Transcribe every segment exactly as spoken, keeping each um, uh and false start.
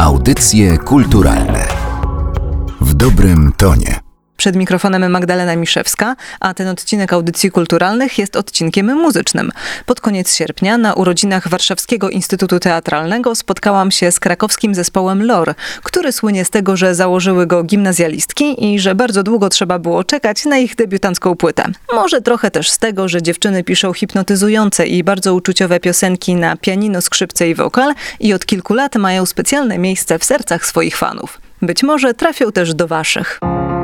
Audycje kulturalne w dobrym tonie. Przed mikrofonem Magdalena Miszewska, a ten odcinek Audycji Kulturalnych jest odcinkiem muzycznym. Pod koniec sierpnia na urodzinach Warszawskiego Instytutu Teatralnego spotkałam się z krakowskim zespołem Lor, który słynie z tego, że założyły go gimnazjalistki i że bardzo długo trzeba było czekać na ich debiutancką płytę. Może trochę też z tego, że dziewczyny piszą hipnotyzujące i bardzo uczuciowe piosenki na pianino, skrzypce i wokal i od kilku lat mają specjalne miejsce w sercach swoich fanów. Być może trafią też do waszych.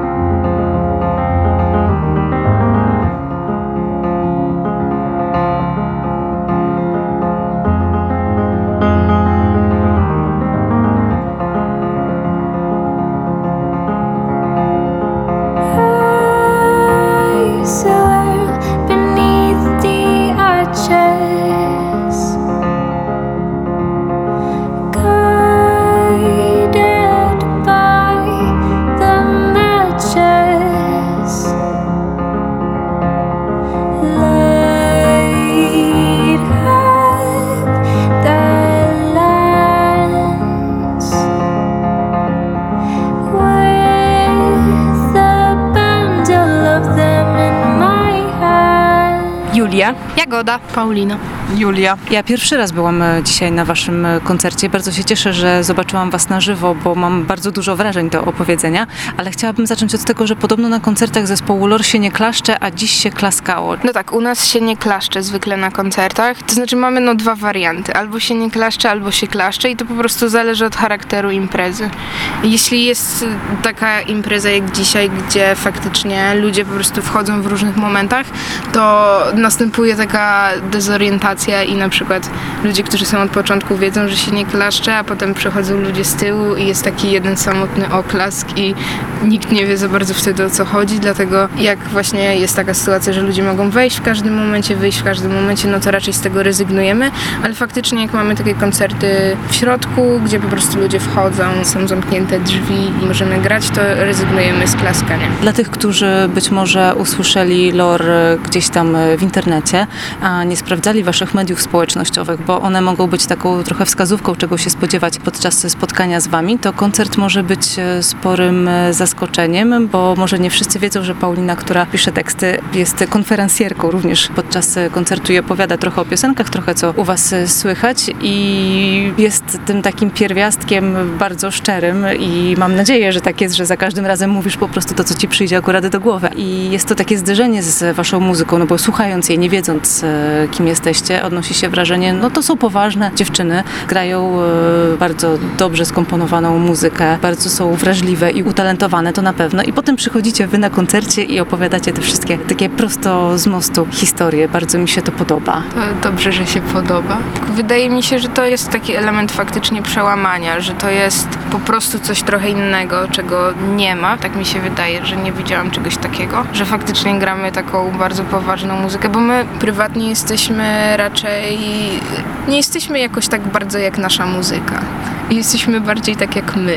Julia. Jagoda. Paulina. Julia. Ja pierwszy raz byłam dzisiaj na waszym koncercie. Bardzo się cieszę, że zobaczyłam was na żywo, bo mam bardzo dużo wrażeń do opowiedzenia, ale chciałabym zacząć od tego, że podobno na koncertach zespołu Lor się nie klaszcze, a dziś się klaskało. No tak, u nas się nie klaszcze zwykle na koncertach. To znaczy mamy no dwa warianty. Albo się nie klaszcze, albo się klaszcze i to po prostu zależy od charakteru imprezy. Jeśli jest taka impreza jak dzisiaj, gdzie faktycznie ludzie po prostu wchodzą w różnych momentach, to następuje taka dezorientacja i na przykład ludzie, którzy są od początku, wiedzą, że się nie klaszcze, a potem przychodzą ludzie z tyłu i jest taki jeden samotny oklask i nikt nie wie za bardzo wtedy, o co chodzi, dlatego jak właśnie jest taka sytuacja, że ludzie mogą wejść w każdym momencie, wyjść w każdym momencie, no to raczej z tego rezygnujemy, ale faktycznie jak mamy takie koncerty w środku, gdzie po prostu ludzie wchodzą, są zamknięte drzwi i możemy grać, to rezygnujemy z klaskania. Dla tych, którzy być może usłyszeli Lor gdzieś tam w internecie, a nie sprawdzali waszych mediów społecznościowych, bo one mogą być taką trochę wskazówką, czego się spodziewać podczas spotkania z wami, to koncert może być sporym zaskoczeniem, bo może nie wszyscy wiedzą, że Paulina, która pisze teksty, jest konferencjerką również podczas koncertu i opowiada trochę o piosenkach, trochę co u was słychać i jest tym takim pierwiastkiem bardzo szczerym i mam nadzieję, że tak jest, że za każdym razem mówisz po prostu to, co ci przyjdzie akurat do głowy. I jest to takie zderzenie z waszą muzyką, no bo słuchając jej, nie wiedząc, kim jesteście, odnosi się wrażenie, no to są poważne dziewczyny, grają e, bardzo dobrze skomponowaną muzykę, bardzo są wrażliwe i utalentowane, to na pewno. I potem przychodzicie wy na koncercie i opowiadacie te wszystkie takie prosto z mostu historie. Bardzo mi się to podoba. To dobrze, że się podoba. Wydaje mi się, że to jest taki element faktycznie przełamania, że to jest po prostu coś trochę innego, czego nie ma. Tak mi się wydaje, że nie widziałam czegoś takiego, że faktycznie gramy taką bardzo poważną muzykę, bo my prywatnie jesteśmy raczej, nie jesteśmy jakoś tak bardzo jak nasza muzyka. Jesteśmy bardziej tak jak my.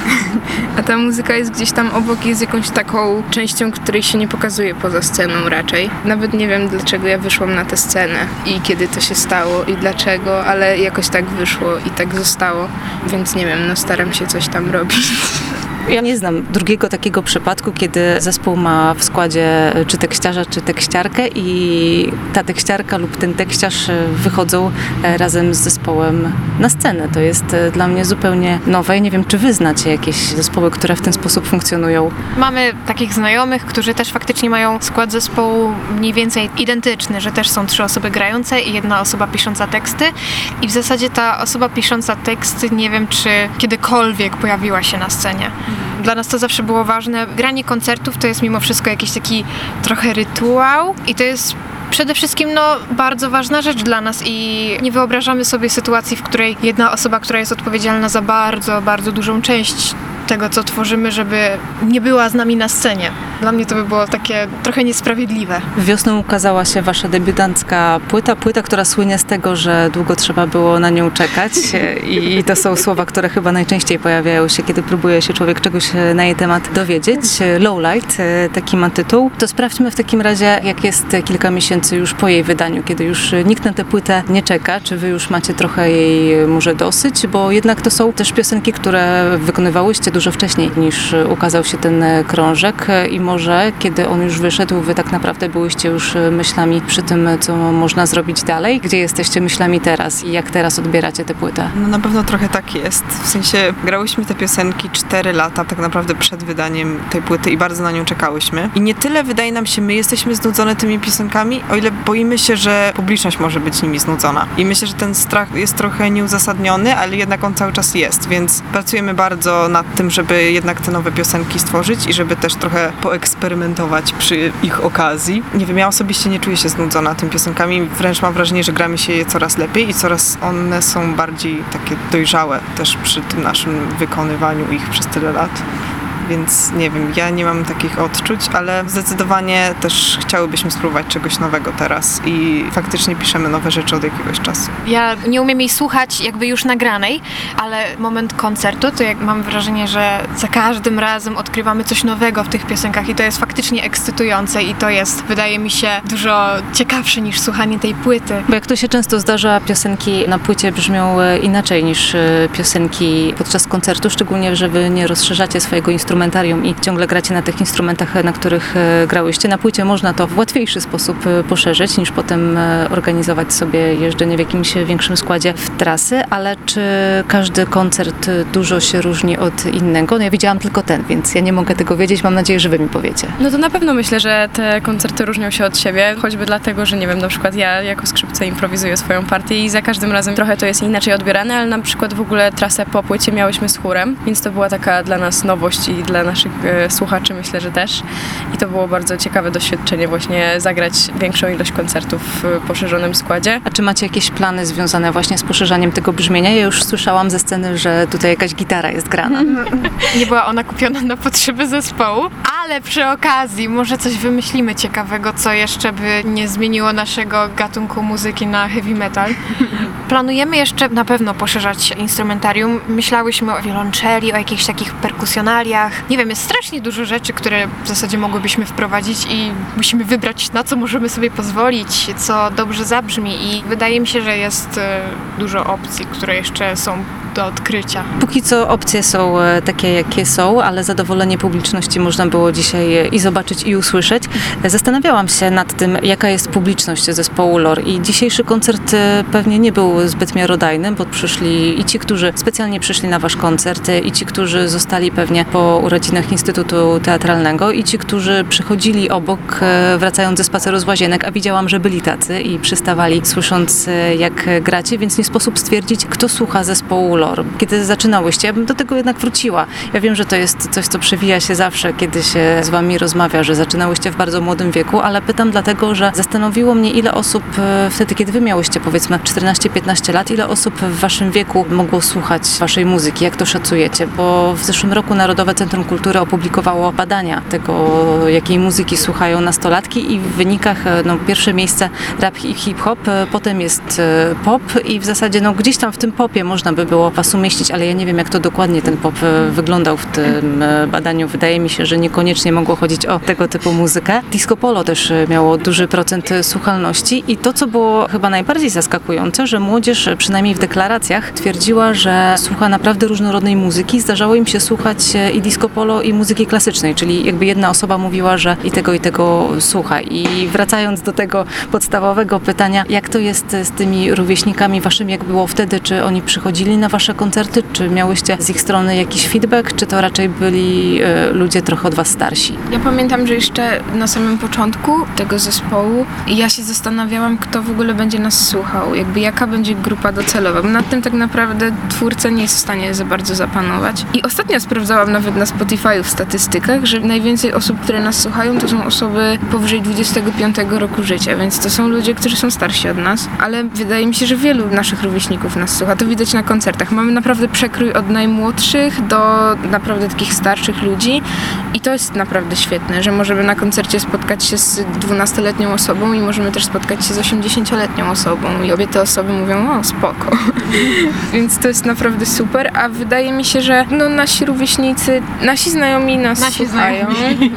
A ta muzyka jest gdzieś tam obok, jest jakąś taką częścią, której się nie pokazuje poza sceną raczej. Nawet nie wiem, dlaczego ja wyszłam na tę scenę i kiedy to się stało i dlaczego, ale jakoś tak wyszło i tak zostało. Więc nie wiem, no staram się coś tam robić. Ja nie znam drugiego takiego przypadku, kiedy zespół ma w składzie czy tekściarza, czy tekściarkę i ta tekściarka lub ten tekściarz wychodzą razem z zespołem na scenę. To jest dla mnie zupełnie nowe. Nie wiem, czy wy znacie jakieś zespoły, które w ten sposób funkcjonują? Mamy takich znajomych, którzy też faktycznie mają skład zespołu mniej więcej identyczny, że też są trzy osoby grające i jedna osoba pisząca teksty i w zasadzie ta osoba pisząca teksty nie wiem, czy kiedykolwiek pojawiła się na scenie. Dla nas to zawsze było ważne. Granie koncertów to jest mimo wszystko jakiś taki trochę rytuał i to jest przede wszystkim no, bardzo ważna rzecz dla nas i nie wyobrażamy sobie sytuacji, w której jedna osoba, która jest odpowiedzialna za bardzo, bardzo dużą część tego, co tworzymy, żeby nie była z nami na scenie. Dla mnie to by było takie trochę niesprawiedliwe. Wiosną ukazała się wasza debiutancka płyta, płyta, która słynie z tego, że długo trzeba było na nią czekać i to są słowa, które chyba najczęściej pojawiają się, kiedy próbuje się człowiek czegoś na jej temat dowiedzieć. Lowlight, taki ma tytuł. To sprawdźmy w takim razie, jak jest kilka miesięcy już po jej wydaniu, kiedy już nikt na tę płytę nie czeka, czy wy już macie trochę jej może dosyć, bo jednak to są też piosenki, które wykonywałyście dużo wcześniej niż ukazał się ten krążek i może kiedy on już wyszedł, wy tak naprawdę byłyście już myślami przy tym, co można zrobić dalej. Gdzie jesteście myślami teraz i jak teraz odbieracie tę płytę? No na pewno trochę tak jest. W sensie grałyśmy te piosenki cztery lata tak naprawdę przed wydaniem tej płyty i bardzo na nią czekałyśmy. I nie tyle wydaje nam się, my jesteśmy znudzone tymi piosenkami, o ile boimy się, że publiczność może być nimi znudzona. I myślę, że ten strach jest trochę nieuzasadniony, ale jednak on cały czas jest, więc pracujemy bardzo nad tym, żeby jednak te nowe piosenki stworzyć i żeby też trochę poeksperymentować przy ich okazji. Nie wiem, ja osobiście nie czuję się znudzona tymi piosenkami, wręcz mam wrażenie, że gramy się je coraz lepiej i coraz one są bardziej takie dojrzałe też przy tym naszym wykonywaniu ich przez tyle lat. Więc nie wiem, ja nie mam takich odczuć, ale zdecydowanie też chciałybyśmy spróbować czegoś nowego teraz i faktycznie piszemy nowe rzeczy od jakiegoś czasu. Ja nie umiem jej słuchać jakby już nagranej, ale moment koncertu, to jak mam wrażenie, że za każdym razem odkrywamy coś nowego w tych piosenkach i to jest faktycznie ekscytujące i to jest, wydaje mi się, dużo ciekawsze niż słuchanie tej płyty. Bo jak to się często zdarza, piosenki na płycie brzmią inaczej niż piosenki podczas koncertu, szczególnie, że wy nie rozszerzacie swojego instrumentarium i ciągle gracie na tych instrumentach, na których grałyście. Na płycie można to w łatwiejszy sposób poszerzyć, niż potem organizować sobie jeżdżenie w jakimś większym składzie w trasy, ale czy każdy koncert dużo się różni od innego? No ja widziałam tylko ten, więc ja nie mogę tego wiedzieć. Mam nadzieję, że wy mi powiecie. No to na pewno myślę, że te koncerty różnią się od siebie, choćby dlatego, że nie wiem, na przykład ja jako skrzypce improwizuję swoją partię i za każdym razem trochę to jest inaczej odbierane, ale na przykład w ogóle trasę po płycie miałyśmy z chórem, więc to była taka dla nas nowość i dla naszych e, słuchaczy myślę, że też. I to było bardzo ciekawe doświadczenie właśnie zagrać większą ilość koncertów w poszerzonym składzie. A czy macie jakieś plany związane właśnie z poszerzaniem tego brzmienia? Ja już słyszałam ze sceny, że tutaj jakaś gitara jest grana. Nie była ona kupiona na potrzeby zespołu, ale przy okazji może coś wymyślimy ciekawego, co jeszcze by nie zmieniło naszego gatunku muzyki na heavy metal. Planujemy jeszcze na pewno poszerzać instrumentarium. Myślałyśmy o wiolonczeli, o jakichś takich perkusjonaliach. Nie wiem, jest strasznie dużo rzeczy, które w zasadzie mogłybyśmy wprowadzić i musimy wybrać, na co możemy sobie pozwolić, co dobrze zabrzmi i wydaje mi się, że jest dużo opcji, które jeszcze są do odkrycia. Póki co opcje są takie, jakie są, ale zadowolenie publiczności można było dzisiaj i zobaczyć, i usłyszeć. Zastanawiałam się nad tym, jaka jest publiczność zespołu Lor i dzisiejszy koncert pewnie nie był zbyt miarodajny, bo przyszli i ci, którzy specjalnie przyszli na wasz koncert, i ci, którzy zostali pewnie po urodzinach Instytutu Teatralnego, i ci, którzy przychodzili obok, wracając ze spaceru z Łazienek, a widziałam, że byli tacy i przystawali, słysząc, jak gracie, więc nie sposób stwierdzić, kto słucha zespołu Lor. Kiedy zaczynałyście, ja bym do tego jednak wróciła. Ja wiem, że to jest coś, co przewija się zawsze, kiedy się z wami rozmawia, że zaczynałyście w bardzo młodym wieku, ale pytam dlatego, że zastanowiło mnie, ile osób wtedy, kiedy wy miałyście powiedzmy czternaście piętnaście lat, ile osób w waszym wieku mogło słuchać waszej muzyki, jak to szacujecie? Bo w zeszłym roku Narodowe Centrum Kultury opublikowało badania tego, jakiej muzyki słuchają nastolatki i w wynikach no, pierwsze miejsce rap i hip-hop, potem jest pop i w zasadzie no, gdzieś tam w tym popie można by było was umieścić, ale ja nie wiem, jak to dokładnie ten pop wyglądał w tym badaniu. Wydaje mi się, że niekoniecznie mogło chodzić o tego typu muzykę. Disco polo też miało duży procent słuchalności i to, co było chyba najbardziej zaskakujące, że młodzież, przynajmniej w deklaracjach, twierdziła, że słucha naprawdę różnorodnej muzyki. Zdarzało im się słuchać i disco polo, i muzyki klasycznej, czyli jakby jedna osoba mówiła, że i tego, i tego słucha. I wracając do tego podstawowego pytania, jak to jest z tymi rówieśnikami waszymi, jak było wtedy, czy oni przychodzili na wasze koncerty, czy miałyście z ich strony jakiś feedback, czy to raczej byli y, ludzie trochę od was starsi? Ja pamiętam, że jeszcze na samym początku tego zespołu ja się zastanawiałam, kto w ogóle będzie nas słuchał, jakby jaka będzie grupa docelowa, bo nad tym tak naprawdę twórca nie jest w stanie za bardzo zapanować. I ostatnio sprawdzałam nawet na Spotify w statystykach, że najwięcej osób, które nas słuchają, to są osoby powyżej dwudziestego piątego roku życia, więc to są ludzie, którzy są starsi od nas, ale wydaje mi się, że wielu naszych rówieśników nas słucha. To widać na koncertach. koncertach. Mamy naprawdę przekrój od najmłodszych do naprawdę takich starszych ludzi i to jest naprawdę świetne, że możemy na koncercie spotkać się z dwunastoletnią osobą i możemy też spotkać się z osiemdziesięcioletnią osobą i obie te osoby mówią, o spoko. Więc to jest naprawdę super, a wydaje mi się, że no, nasi rówieśnicy, nasi znajomi nas Nasi słuchają.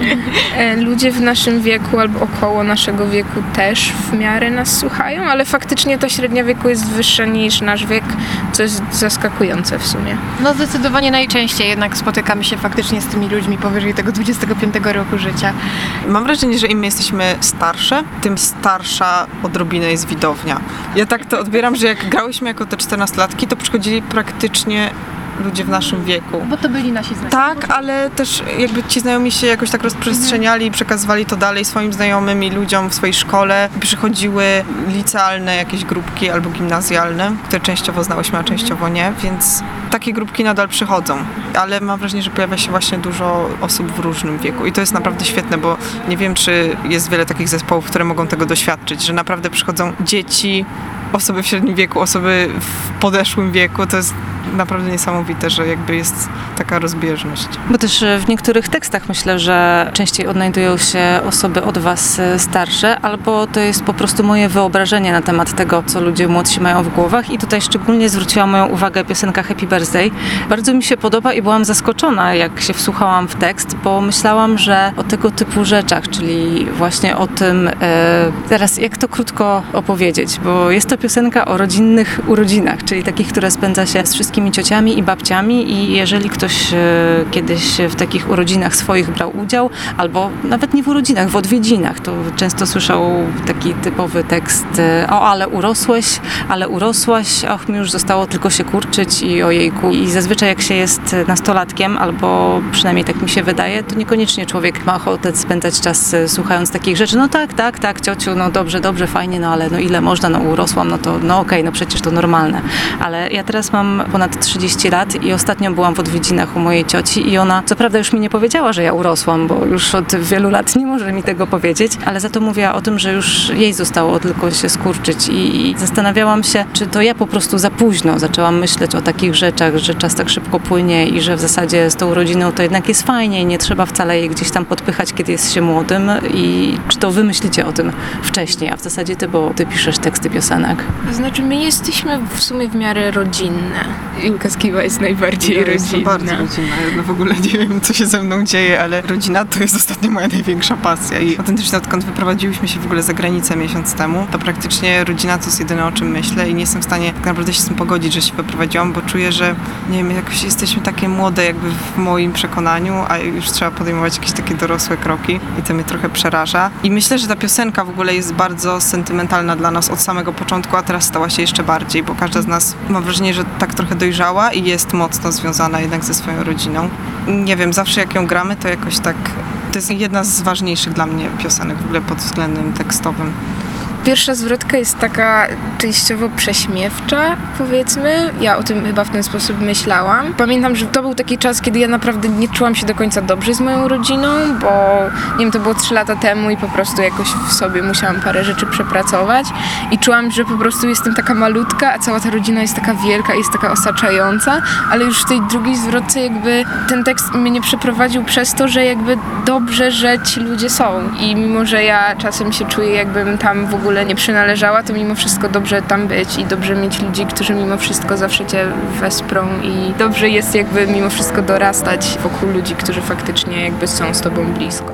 Ludzie w naszym wieku albo około naszego wieku też w miarę nas słuchają, ale faktycznie ta średnia wieku jest wyższa niż nasz wiek, co jest zaskakujące w sumie. No zdecydowanie najczęściej jednak spotykamy się faktycznie z tymi ludźmi powyżej tego dwudziestego piątego roku życia. Mam wrażenie, że im my jesteśmy starsze, tym starsza odrobinę jest widownia. Ja tak to odbieram, że jak grałyśmy jako te czternastolatki, to przychodzili praktycznie ludzie w naszym wieku. Bo to byli nasi znajomi. Tak, ale też jakby ci znajomi się jakoś tak rozprzestrzeniali i przekazywali to dalej swoim znajomym i ludziom w swojej szkole. Przychodziły licealne jakieś grupki albo gimnazjalne, które częściowo znałyśmy, a częściowo nie, więc takie grupki nadal przychodzą. Ale mam wrażenie, że pojawia się właśnie dużo osób w różnym wieku i to jest naprawdę świetne, bo nie wiem, czy jest wiele takich zespołów, które mogą tego doświadczyć, że naprawdę przychodzą dzieci, osoby w średnim wieku, osoby w podeszłym wieku. To jest naprawdę niesamowite, że jakby jest taka rozbieżność. Bo też w niektórych tekstach myślę, że częściej odnajdują się osoby od was starsze, albo to jest po prostu moje wyobrażenie na temat tego, co ludzie młodsi mają w głowach i tutaj szczególnie zwróciła moją uwagę piosenka Happy Birthday. Bardzo mi się podoba i byłam zaskoczona, jak się wsłuchałam w tekst, bo myślałam, że o tego typu rzeczach, czyli właśnie o tym, e, teraz jak to krótko opowiedzieć, bo jest to piosenka o rodzinnych urodzinach, czyli takich, które spędza się z wszystkimi ciociami i babciami i jeżeli ktoś e, kiedyś w takich urodzinach swoich brał udział, albo nawet nie w urodzinach, w odwiedzinach, to często słyszał taki typowy tekst e, o, ale urosłeś, ale urosłaś, och, mi już zostało tylko się kurczyć i ojejku. I zazwyczaj jak się jest nastolatkiem, albo przynajmniej tak mi się wydaje, to niekoniecznie człowiek ma ochotę spędzać czas e, słuchając takich rzeczy. No tak, tak, tak, ciociu, no dobrze, dobrze, fajnie, no ale no ile można, no urosłam, no to no okej, okay, no przecież to normalne. Ale ja teraz mam ponad trzydzieści lat i ostatnio byłam w odwiedzinach u mojej cioci i ona, co prawda już mi nie powiedziała, że ja urosłam, bo już od wielu lat nie może mi tego powiedzieć, ale za to mówiła o tym, że już jej zostało tylko się skurczyć i, i zastanawiałam się, czy to ja po prostu za późno zaczęłam myśleć o takich rzeczach, że czas tak szybko płynie i że w zasadzie z tą rodziną to jednak jest fajnie i nie trzeba wcale jej gdzieś tam podpychać, kiedy jest się młodym i czy to wy myślicie o tym wcześniej, a w zasadzie ty, bo ty piszesz teksty piosenek. To znaczy my jesteśmy w sumie w miarę rodzinne. Julka Skiba jest najbardziej ja rodzinna. Jestem bardzo rodzinna. Ja w ogóle nie wiem, co się ze mną dzieje, ale rodzina to jest ostatnio moja największa pasja i autentycznie odkąd wyprowadziłyśmy się w ogóle za granicę miesiąc temu, to praktycznie rodzina to jest jedyne, o czym myślę i nie jestem w stanie tak naprawdę się z tym pogodzić, że się wyprowadziłam, bo czuję, że nie wiem, jakoś jesteśmy takie młode jakby w moim przekonaniu, a już trzeba podejmować jakieś takie dorosłe kroki i to mnie trochę przeraża. I myślę, że ta piosenka w ogóle jest bardzo sentymentalna dla nas od samego początku, a teraz stała się jeszcze bardziej, bo każda z nas mam wrażenie, że tak trochę dojrzała i jest mocno związana jednak ze swoją rodziną. Nie wiem, zawsze jak ją gramy, to jakoś tak, to jest jedna z ważniejszych dla mnie piosenek w ogóle pod względem tekstowym. Pierwsza zwrotka jest taka częściowo prześmiewcza, powiedzmy. Ja o tym chyba w ten sposób myślałam. Pamiętam, że to był taki czas, kiedy ja naprawdę nie czułam się do końca dobrze z moją rodziną, bo nie wiem, to było trzy lata temu i po prostu jakoś w sobie musiałam parę rzeczy przepracować i czułam, że po prostu jestem taka malutka, a cała ta rodzina jest taka wielka i jest taka osaczająca, ale już w tej drugiej zwrotce jakby ten tekst mnie przeprowadził przez to, że jakby dobrze, że ci ludzie są i mimo, że ja czasem się czuję, jakbym tam w ogóle nie przynależała, to mimo wszystko dobrze tam być i dobrze mieć ludzi, którzy mimo wszystko zawsze cię wesprą i dobrze jest jakby mimo wszystko dorastać wokół ludzi, którzy faktycznie jakby są z tobą blisko.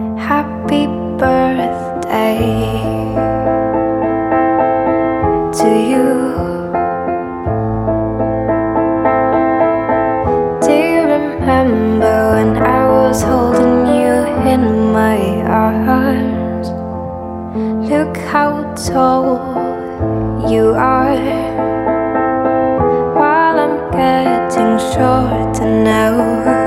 Happy birthday to you. Do you remember when I was holding you in my arms? Look how tall you are, while I'm getting shorter now.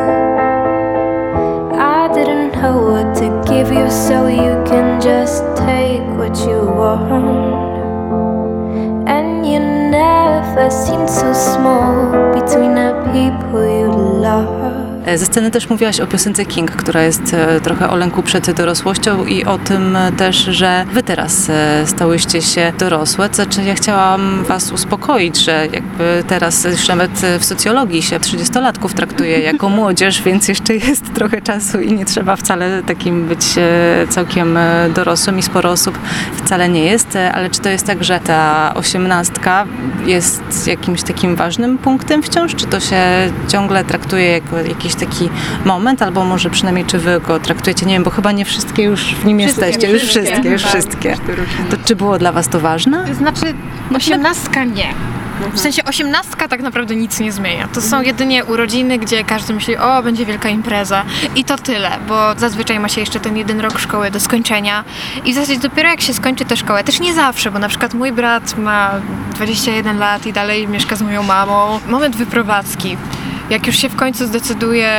I didn't know what to give you, so you can just take what you want. And you never seemed so small between the people you love. Ze sceny też mówiłaś o piosence King, która jest trochę o lęku przed dorosłością i o tym też, że wy teraz stałyście się dorosłe. Znaczy ja chciałam was uspokoić, że jakby teraz już nawet w socjologii się trzydziestolatków traktuje jako młodzież, więc jeszcze jest trochę czasu i nie trzeba wcale takim być całkiem dorosłym i sporo osób wcale nie jest, ale czy to jest tak, że ta osiemnastka jest jakimś takim ważnym punktem wciąż, czy to się ciągle traktuje jako jakiś taki moment, albo może przynajmniej czy wy go traktujecie, nie wiem, bo chyba nie wszystkie już w nim wszystkie, jesteście, już wszystkie, wszystkie już wszystkie. To czy było dla was to ważne? To znaczy osiemnastka nie. W sensie osiemnastka tak naprawdę nic nie zmienia. To są jedynie urodziny, gdzie każdy myśli, o, będzie wielka impreza. I to tyle, bo zazwyczaj ma się jeszcze ten jeden rok szkoły do skończenia. I w zasadzie dopiero jak się skończy tę szkołę, też nie zawsze, bo na przykład mój brat ma dwadzieścia jeden lat i dalej mieszka z moją mamą. Moment wyprowadzki. Jak już się w końcu zdecyduje,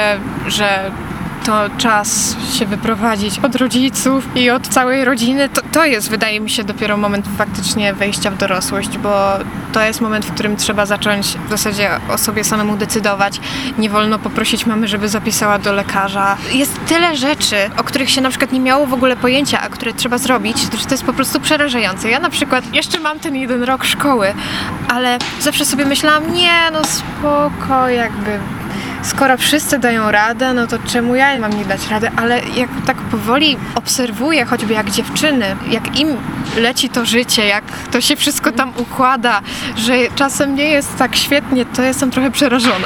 że to czas się wyprowadzić od rodziców i od całej rodziny, to, to jest, wydaje mi się, dopiero moment faktycznie wejścia w dorosłość, bo to jest moment, w którym trzeba zacząć w zasadzie o sobie samemu decydować. Nie wolno poprosić mamy, żeby zapisała do lekarza. Jest tyle rzeczy, o których się na przykład nie miało w ogóle pojęcia, a które trzeba zrobić, że to jest po prostu przerażające. Ja na przykład jeszcze mam ten jeden rok szkoły, ale zawsze sobie myślałam, nie, no spoko, jakby skoro wszyscy dają radę, no to czemu ja mam nie dać rady? Ale jak tak powoli obserwuję choćby jak dziewczyny, jak im leci to życie, jak to się wszystko tam układa, że czasem nie jest tak świetnie, to jestem trochę przerażona.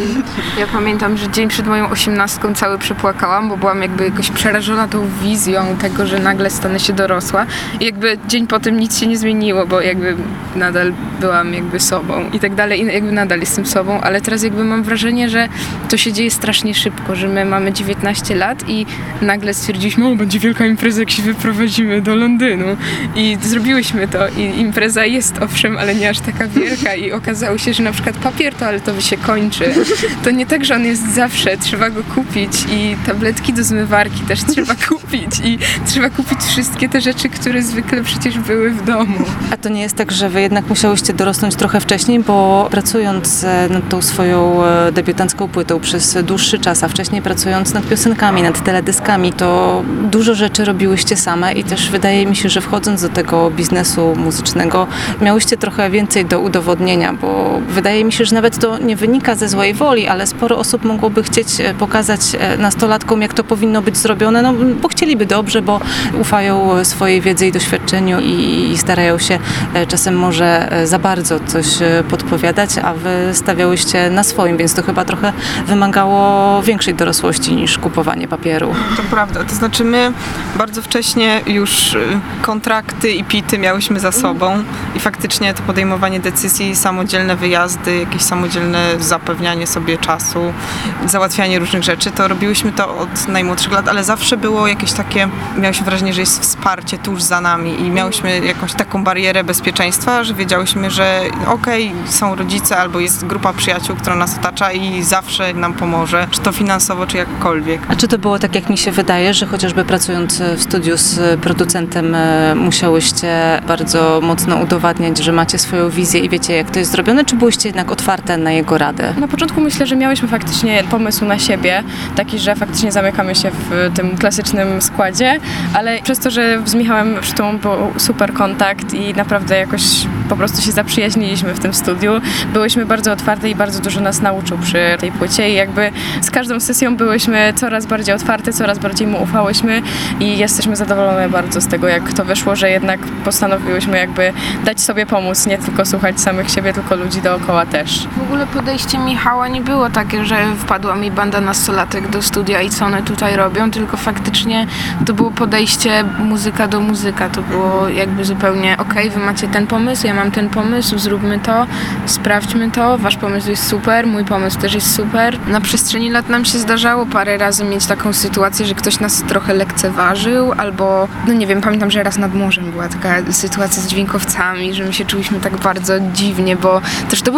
Ja pamiętam, że dzień przed moją osiemnastką cały przepłakałam, bo byłam jakby jakoś przerażona tą wizją tego, że nagle stanę się dorosła. I jakby dzień po tym nic się nie zmieniło, bo jakby nadal byłam jakby sobą i tak dalej. I jakby nadal jestem sobą, ale teraz jakby mam wrażenie, że to się dzieje strasznie szybko, że my mamy dziewiętnaście lat i nagle stwierdziliśmy, o, będzie wielka impreza, jak się wyprowadzimy do Londynu. I zrobiłyśmy to i impreza jest owszem, ale nie aż taka wielka i okazało się, że na przykład papier toaletowy się kończy. To nie tak, że on jest zawsze, trzeba go kupić i tabletki do zmywarki też trzeba kupić i trzeba kupić wszystkie te rzeczy, które zwykle przecież były w domu. A to nie jest tak, że wy jednak musiałyście dorosnąć trochę wcześniej, bo pracując nad tą swoją debiutancką płytą przez dłuższy czas, a wcześniej pracując nad piosenkami, nad teledyskami, to dużo rzeczy robiłyście same i też wydaje mi się, że wchodząc do tego biznesu muzycznego miałyście trochę więcej do udowodnienia, bo wydaje mi się, że nawet to nie wynika ze złej woli, ale sporo osób mogłoby chcieć pokazać nastolatkom, jak to powinno być zrobione, no bo chcieliby dobrze, bo ufają swojej wiedzy i doświadczeniu i starają się czasem może za bardzo coś podpowiadać, a wy stawiałyście na swoim, więc to chyba trochę wymagało większej dorosłości niż kupowanie papieru. To prawda, to znaczy my bardzo wcześnie już kontrakty i pity miałyśmy za sobą i faktycznie to podejmowanie decyzji, samodzielne wyjazdy, jakieś samodzielne zapewnianie sobie czasu, załatwianie różnych rzeczy, to robiłyśmy to od najmłodszych lat, ale zawsze było jakieś takie, miałyśmy wrażenie, że jest wsparcie tuż za nami i miałyśmy jakąś taką barierę bezpieczeństwa, że wiedziałyśmy, że okej, okay, są rodzice albo jest grupa przyjaciół, która nas otacza i zawsze nam pomoże, czy to finansowo, czy jakkolwiek. A czy to było tak, jak mi się wydaje, że chociażby pracując w studiu z producentem musiałyście bardzo mocno udowadniać, że macie swoją wizję i wiecie, jak to jest zrobione, czy byłyście jednak otwarte na jego radę? Na początku myślę, że miałyśmy faktycznie pomysł na siebie, taki, że faktycznie zamykamy się w tym klasycznym składzie, ale przez to, że z Michałem Przytułą był super kontakt i naprawdę jakoś po prostu się zaprzyjaźniliśmy w tym studiu, byłyśmy bardzo otwarte i bardzo dużo nas nauczył przy tej płycie i jakby z każdą sesją byłyśmy coraz bardziej otwarte, coraz bardziej mu ufałyśmy i jesteśmy zadowolone bardzo z tego, jak to wyszło, że jednak postanowiłyśmy jakby dać sobie pomóc, nie tylko słuchać samych siebie, tylko ludzi dookoła też. W ogóle podejście Michała nie było takie, że wpadła mi banda nastolatek do studia i co one tutaj robią, tylko faktycznie to było podejście muzyka do muzyka. To było jakby zupełnie okej, wy macie ten pomysł, ja mam ten pomysł, zróbmy to, sprawdźmy to, wasz pomysł jest super, mój pomysł też jest super. Na przestrzeni lat nam się zdarzało parę razy mieć taką sytuację, że ktoś nas trochę lekceważył, albo, no nie wiem, pamiętam, że raz nad morzem była taka sytuacja z dźwiękowcami, że my się czuliśmy tak bardzo dziwnie, bo też to były początki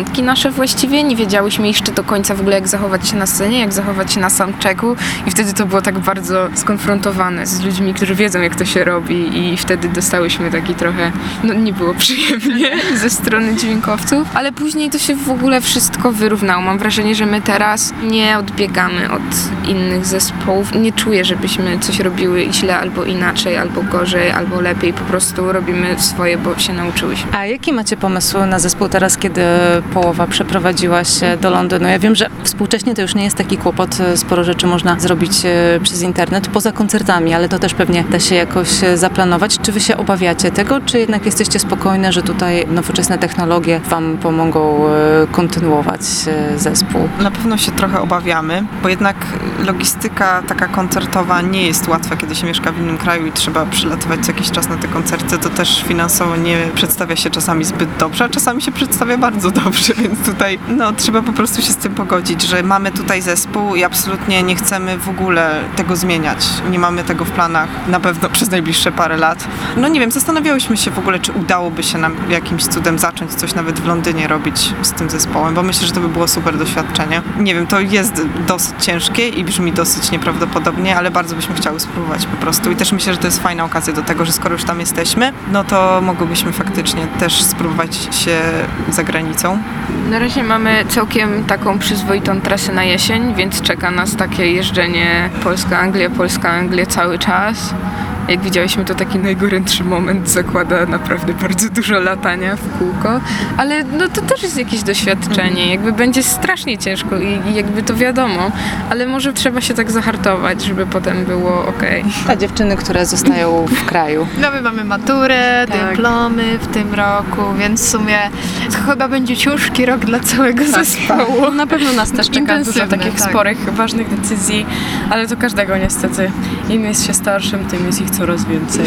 początki nasze właściwie, nie wiedziałyśmy jeszcze do końca w ogóle jak zachować się na scenie, jak zachować się na soundchecku i wtedy to było tak bardzo skonfrontowane z ludźmi, którzy wiedzą jak to się robi i wtedy dostałyśmy taki trochę, no nie było przyjemnie ze strony dźwiękowców, ale później to się w ogóle wszystko wyrównało. Mam wrażenie, że my teraz nie odbiegamy od innych zespołów. Nie czuję, żebyśmy coś robiły źle albo inaczej, albo gorzej, albo lepiej. Po prostu robimy swoje, bo się nauczyłyśmy. A jaki macie pomysł na zespół teraz, kiedy połowa przeprowadziła się do Londynu? Ja wiem, że współcześnie to już nie jest taki kłopot. Sporo rzeczy można zrobić przez internet, poza koncertami, ale to też pewnie da się jakoś zaplanować. Czy wy się obawiacie tego, czy jednak jesteście spokojne, że tutaj nowoczesne technologie wam pomogą kontynuować zespół? Na pewno się trochę obawiamy, bo jednak logistyka taka koncertowa nie jest łatwa, kiedy się mieszka w innym kraju i trzeba przylatywać co jakiś czas na te koncerty. To też finansowo nie przedstawia się czasami zbyt dobrze, a czasami się przedstawia bardzo dobrze, więc tutaj no, trzeba po prostu się z tym pogodzić, że mamy tutaj zespół i absolutnie nie chcemy w ogóle tego zmieniać. Nie mamy tego w planach na pewno przez najbliższe parę lat. No nie wiem, zastanawiałyśmy się w ogóle, czy udałoby się nam jakimś cudem zacząć coś nawet w Londynie robić z tym zespołem, bo myślę, że to by było super doświadczenie. Nie wiem, to jest dosyć ciężkie i brzmi dosyć nieprawdopodobnie, ale bardzo byśmy chciały spróbować po prostu i też myślę, że to jest fajna okazja do tego, że skoro już tam jesteśmy, no to mogłybyśmy faktycznie też spróbować się za granicą. Na razie mamy całkiem taką przyzwoitą trasę na jesień, więc czeka nas takie jeżdżenie Polska-Anglia, Polska-Anglia cały czas. Jak widziałyśmy, to taki najgorętszy moment zakłada naprawdę bardzo dużo latania w kółko, ale no to też jest jakieś doświadczenie, jakby będzie strasznie ciężko i, i jakby to wiadomo, ale może trzeba się tak zahartować, żeby potem było okej. A dziewczyny, które zostają w kraju? No my mamy maturę, Tak. dyplomy w tym roku, więc w sumie to chyba będzie ciężki rok dla całego zespołu. Na pewno nas też czeka dużo Intensywny, takich tak. sporych, ważnych decyzji, ale to każdego niestety. Im jest się starszym, tym jest ich coraz więcej.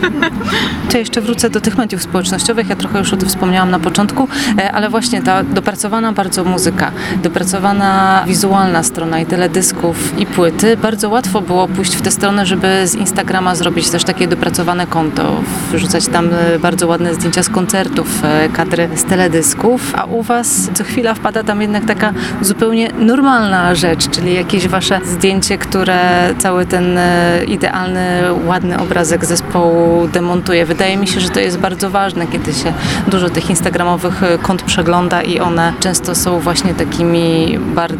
Czy jeszcze wrócę do tych mediów społecznościowych? Ja trochę już o tym wspomniałam na początku, ale właśnie ta dopracowana bardzo muzyka, dopracowana wizualna strona i teledysków i płyty, bardzo łatwo było pójść w tę stronę, żeby z Instagrama zrobić też takie dopracowane konto, wrzucać tam bardzo ładne zdjęcia z koncertów, kadry z teledysków, a u was co chwila wpada tam jednak taka zupełnie normalna rzecz, czyli jakieś wasze zdjęcie, które cały ten idealny, ładny obrazek zespołu demontuje. Wydaje mi się, że to jest bardzo ważne, kiedy się dużo tych instagramowych kont przegląda i one często są właśnie takimi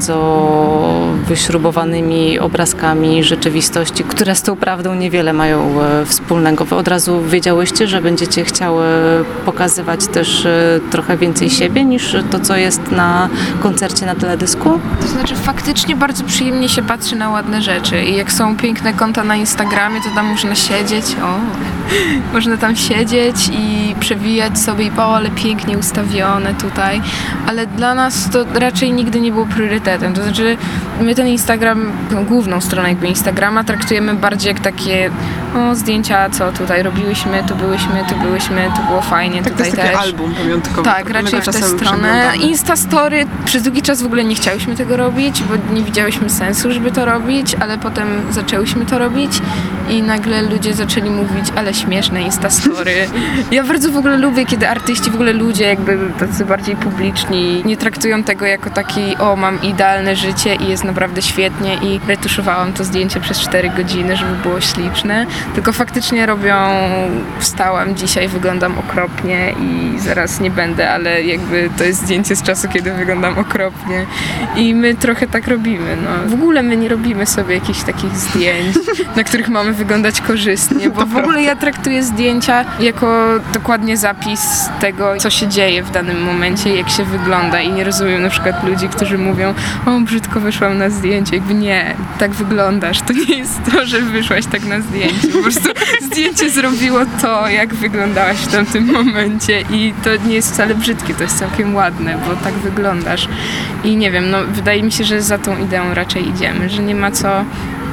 bardzo wyśrubowanymi obrazkami rzeczywistości, które z tą prawdą niewiele mają wspólnego. Wy od razu wiedziałyście, że będziecie chciały pokazywać też trochę więcej siebie niż to, co jest na koncercie na teledysku? To znaczy faktycznie bardzo przyjemnie się patrzy na ładne rzeczy i jak są piękne konta na Instagramie, to tam można siedzieć, o, można tam siedzieć i przewijać sobie i o, ale pięknie ustawione tutaj, ale dla nas to raczej nigdy nie było priorytetem, to znaczy my ten Instagram, główną stronę jakby Instagrama traktujemy bardziej jak takie o, zdjęcia, co tutaj robiłyśmy, tu byłyśmy, tu byłyśmy, tu było fajnie, Tak, tutaj to jest taki też. album pamiątkowy. Tak, raczej w tę stronę. Instastory przez długi czas w ogóle nie chciałyśmy tego robić, bo nie widziałyśmy sensu, żeby to robić, ale potem zaczęłyśmy to robić i nagle ludzie zaczęli mówić, ale śmieszne Instastory. Ja bardzo w ogóle lubię, kiedy artyści, w ogóle ludzie jakby tacy bardziej publiczni nie traktują tego jako taki, o, mam idealne życie i jest naprawdę świetnie i retuszowałam to zdjęcie przez cztery godziny, żeby było śliczne, tylko faktycznie robią, wstałam dzisiaj, wyglądam okropnie i zaraz nie będę, ale jakby to jest zdjęcie z czasu, kiedy wyglądam okropnie i my trochę tak robimy, no. W ogóle my nie robimy sobie jakichś takich zdjęć, na których mamy wyglądać korzystnie, bo w ogóle ja traktuję zdjęcia jako dokładnie zapis tego, co się dzieje w danym momencie, jak się wygląda i nie rozumiem na przykład ludzi, którzy mówią, o, brzydko wyszłam na zdjęcie, jakby nie, tak wyglądasz, to nie jest to, że wyszłaś tak na zdjęciu, po prostu zdjęcie zrobiło to, jak wyglądałaś w tamtym momencie i to nie jest wcale brzydkie, to jest całkiem ładne, bo tak wyglądasz i nie wiem, no wydaje mi się, że za tą ideą raczej idziemy, że nie ma co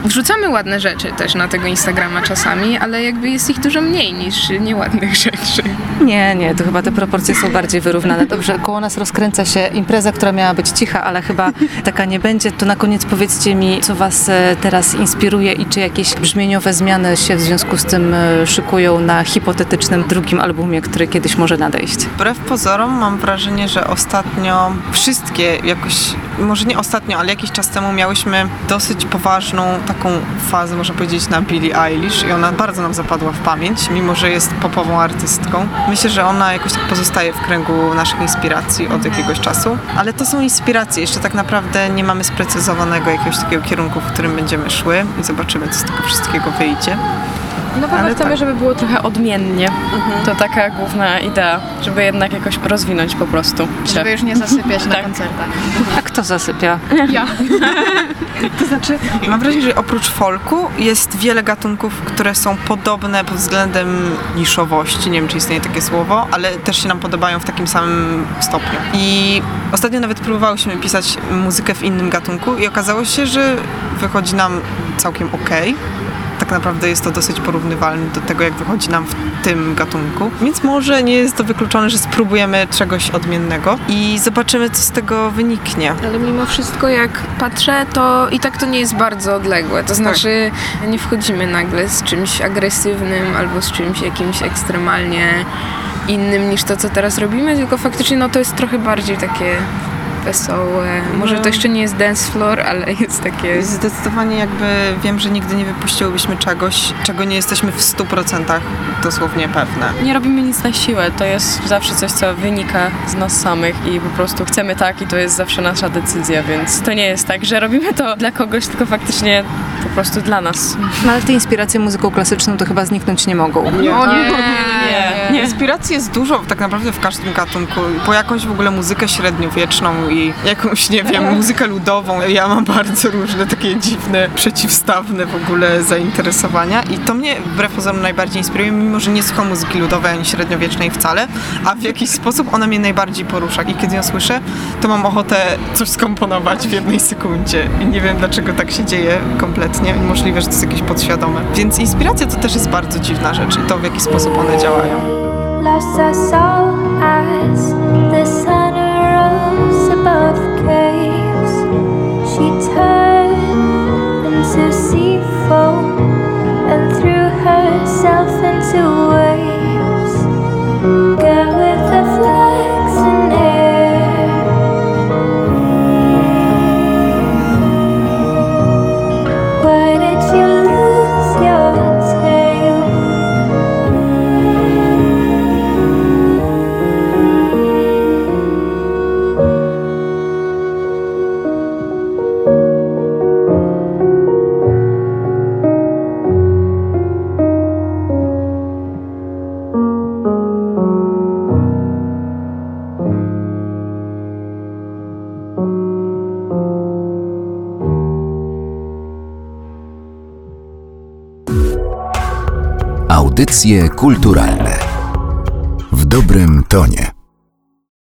Wrzucamy ładne rzeczy też na tego Instagrama czasami, ale jakby jest ich dużo mniej niż nieładnych rzeczy. Nie, nie, to chyba te proporcje są bardziej wyrównane. Dobrze, koło nas rozkręca się impreza, która miała być cicha, ale chyba taka nie będzie. To na koniec powiedzcie mi, co was teraz inspiruje i czy jakieś brzmieniowe zmiany się w związku z tym szykują na hipotetycznym drugim albumie, który kiedyś może nadejść. Wbrew pozorom mam wrażenie, że ostatnio wszystkie jakoś, może nie ostatnio, ale jakiś czas temu miałyśmy dosyć poważną taką fazę, można powiedzieć, na Billie Eilish i ona bardzo nam zapadła w pamięć, mimo że jest popową artystką. Myślę, że ona jakoś tak pozostaje w kręgu naszych inspiracji od jakiegoś czasu, ale to są inspiracje, jeszcze tak naprawdę nie mamy sprecyzowanego jakiegoś takiego kierunku, w którym będziemy szły i zobaczymy, co z tego wszystkiego wyjdzie. No bo chcemy, tak, żeby było trochę odmiennie. Mhm. To taka główna idea, żeby jednak jakoś rozwinąć po prostu. Żeby już nie zasypiać na koncertach. A kto zasypia? Ja. To znaczy, mam wrażenie, że oprócz folku jest wiele gatunków, które są podobne pod względem niszowości, nie wiem, czy istnieje takie słowo, ale też się nam podobają w takim samym stopniu. I ostatnio nawet próbowałyśmy pisać muzykę w innym gatunku i okazało się, że wychodzi nam całkiem okej. Tak naprawdę jest to dosyć porównywalne do tego, jak wychodzi nam w tym gatunku. Więc może nie jest to wykluczone, że spróbujemy czegoś odmiennego i zobaczymy, co z tego wyniknie. Ale mimo wszystko, jak patrzę, to i tak to nie jest bardzo odległe. To znaczy, nie wchodzimy nagle z czymś agresywnym albo z czymś jakimś ekstremalnie innym niż to, co teraz robimy, tylko faktycznie no, to jest trochę bardziej takie wesołe. Może to jeszcze nie jest dance floor, ale jest takie... Zdecydowanie jakby wiem, że nigdy nie wypuściłybyśmy czegoś, czego nie jesteśmy w stu procentach dosłownie pewne. Nie robimy nic na siłę, to jest zawsze coś, co wynika z nas samych i po prostu chcemy tak i to jest zawsze nasza decyzja, więc to nie jest tak, że robimy to dla kogoś, tylko faktycznie po prostu dla nas. No ale te inspiracje muzyką klasyczną to chyba zniknąć nie mogą. Nie, o, nie, nie, nie, nie. Inspiracji jest dużo tak naprawdę w każdym gatunku. Po jakąś w ogóle muzykę średniowieczną i jakąś, nie wiem, muzykę ludową. Ja mam bardzo różne takie dziwne, przeciwstawne w ogóle zainteresowania i to mnie wbrew pozorom najbardziej inspiruje, mimo że nie słucham muzyki ludowej ani średniowiecznej wcale, a w jakiś sposób ona mnie najbardziej porusza i kiedy ją słyszę, to mam ochotę coś skomponować w jednej sekundzie i nie wiem, dlaczego tak się dzieje kompletnie. Możliwe, że to jest jakieś podświadome. Więc inspiracja to też jest bardzo dziwna rzecz i to, w jaki sposób one działają. Lost our soul as the sun arose above caves. She turned into sea foam and threw herself into waves. Girl with the flaxen hair. Why did you lose your tail? Audycje kulturalne w dobrym tonie.